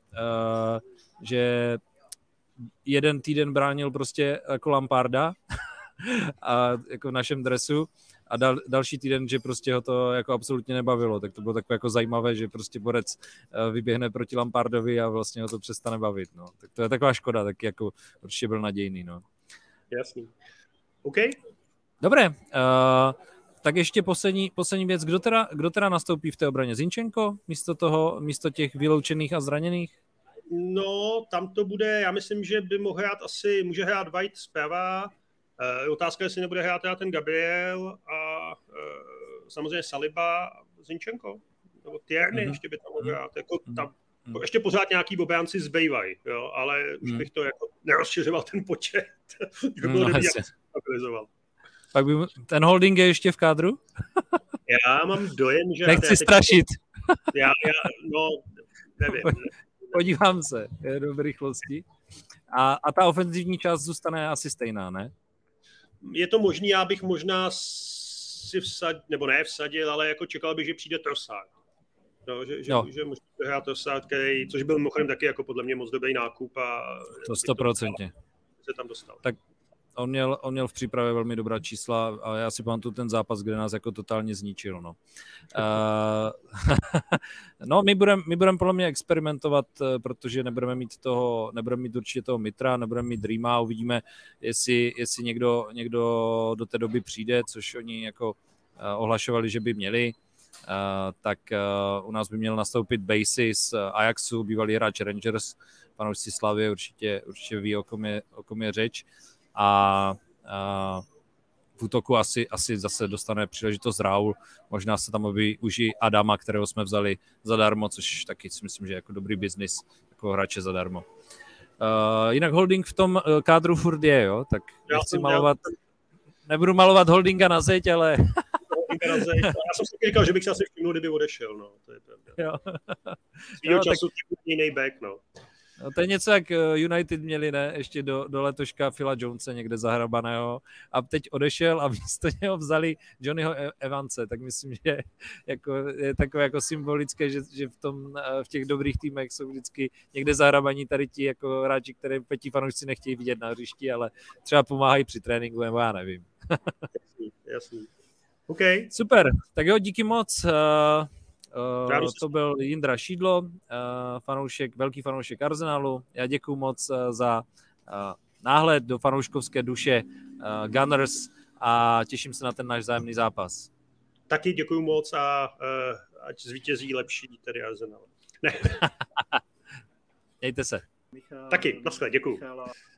že jeden týden bránil prostě jako Lamparda a jako v našem dresu a dal, další týden, že prostě ho to jako absolutně nebavilo, tak to bylo takové jako zajímavé, že prostě borec uh, vyběhne proti Lampardovi a vlastně ho to přestane bavit, no. Tak to je taková škoda, tak jako určitě byl nadějný, no. Jasný. OK. Dobré, uh, tak ještě poslední, poslední věc. Kdo teda, kdo teda nastoupí v té obraně? Zinchenko místo toho, místo těch vyloučených a zraněných? No, tam to bude, já myslím, že by mohl hrát asi, může hrát White zprava. Uh, otázka, jestli nebude hrát teda ten Gabriel a uh, samozřejmě Saliba, Zinchenko, nebo Tierney mm-hmm. ještě by tam mohl hrát. Jako tam, mm-hmm. Ještě pořád nějaký obranci zbývají, jo, ale mm-hmm. už bych to jako nerozšiřoval ten počet. By bylo no, dobrý, jak stabilizoval. Pak by, ten Holding je ještě v kádru? Já mám dojem, že... Nechci teď, strašit. Já, já, no, nevím. Podívám se, je do rychlosti. A, a ta ofenzivní část zůstane asi stejná, ne? Je to možný, já bych možná si vsadil, nebo ne vsadil, ale jako čekal bych, že přijde Trossard. No, že, že, že může hrát Trossard, který, což byl mimochodem taky jako podle mě moc dobrý nákup a... To stoprocentně. Se tam dostal. Tak on měl, on měl v přípravě velmi dobrá čísla a já si pamatuju ten zápas, kde nás jako totálně zničil. No, uh, no my budeme my budem podle mě experimentovat, protože nebudeme mít toho, nebudeme mít určitě toho Mitra, nebudeme mít Dreama, uvidíme, jestli, jestli někdo, někdo do té doby přijde, což oni jako uh, ohlašovali, že by měli. Uh, tak uh, u nás by měl nastoupit Bassey z Ajaxu, bývalý hráč Rangers, fanoušci Slavie určitě, určitě ví, o kom je, o kom je řeč. A, a v útoku asi, asi zase dostane příležitost Raul, možná se tam objeví už i Adama, kterého jsme vzali zadarmo, což taky si myslím, že je jako dobrý biznis, jako hráče zadarmo. Uh, jinak Holding v tom kádru furt je, jo, tak já nechci malovat, já... nebudu malovat Holdinga na zeď, ale... Já jsem si říkal, že bych se asi všimnul, kdyby odešel, no, to je pravda. Jo. Svýho času tak jiný back, no. No, to je něco, jak United měli, ne, ještě do, do letoška Phila Jonese někde zahrabaného a teď odešel a místo něho vzali Johnnyho Evanse, tak myslím, že jako, je takové jako symbolické, že, že v, tom, v těch dobrých týmech jsou vždycky někde zahrabaní tady ti jako hráči, které petí fanoušci nechtějí vidět na hřišti, ale třeba pomáhají při tréninku, nebo já nevím. Jasný, jasný. Okay. Super, tak jo, díky moc. Uh, to byl Jindra Šídlo, uh, fanoušek, velký fanoušek Arsenalu. Já děkuju moc uh, za uh, náhled do fanouškovské duše uh, Gunners a těším se na ten náš vzájemný zápas. Taky děkuju moc a uh, ať zvítězí lepší tedy Arsenal. Ne. Mějte se. Taky, naschle, děkuju.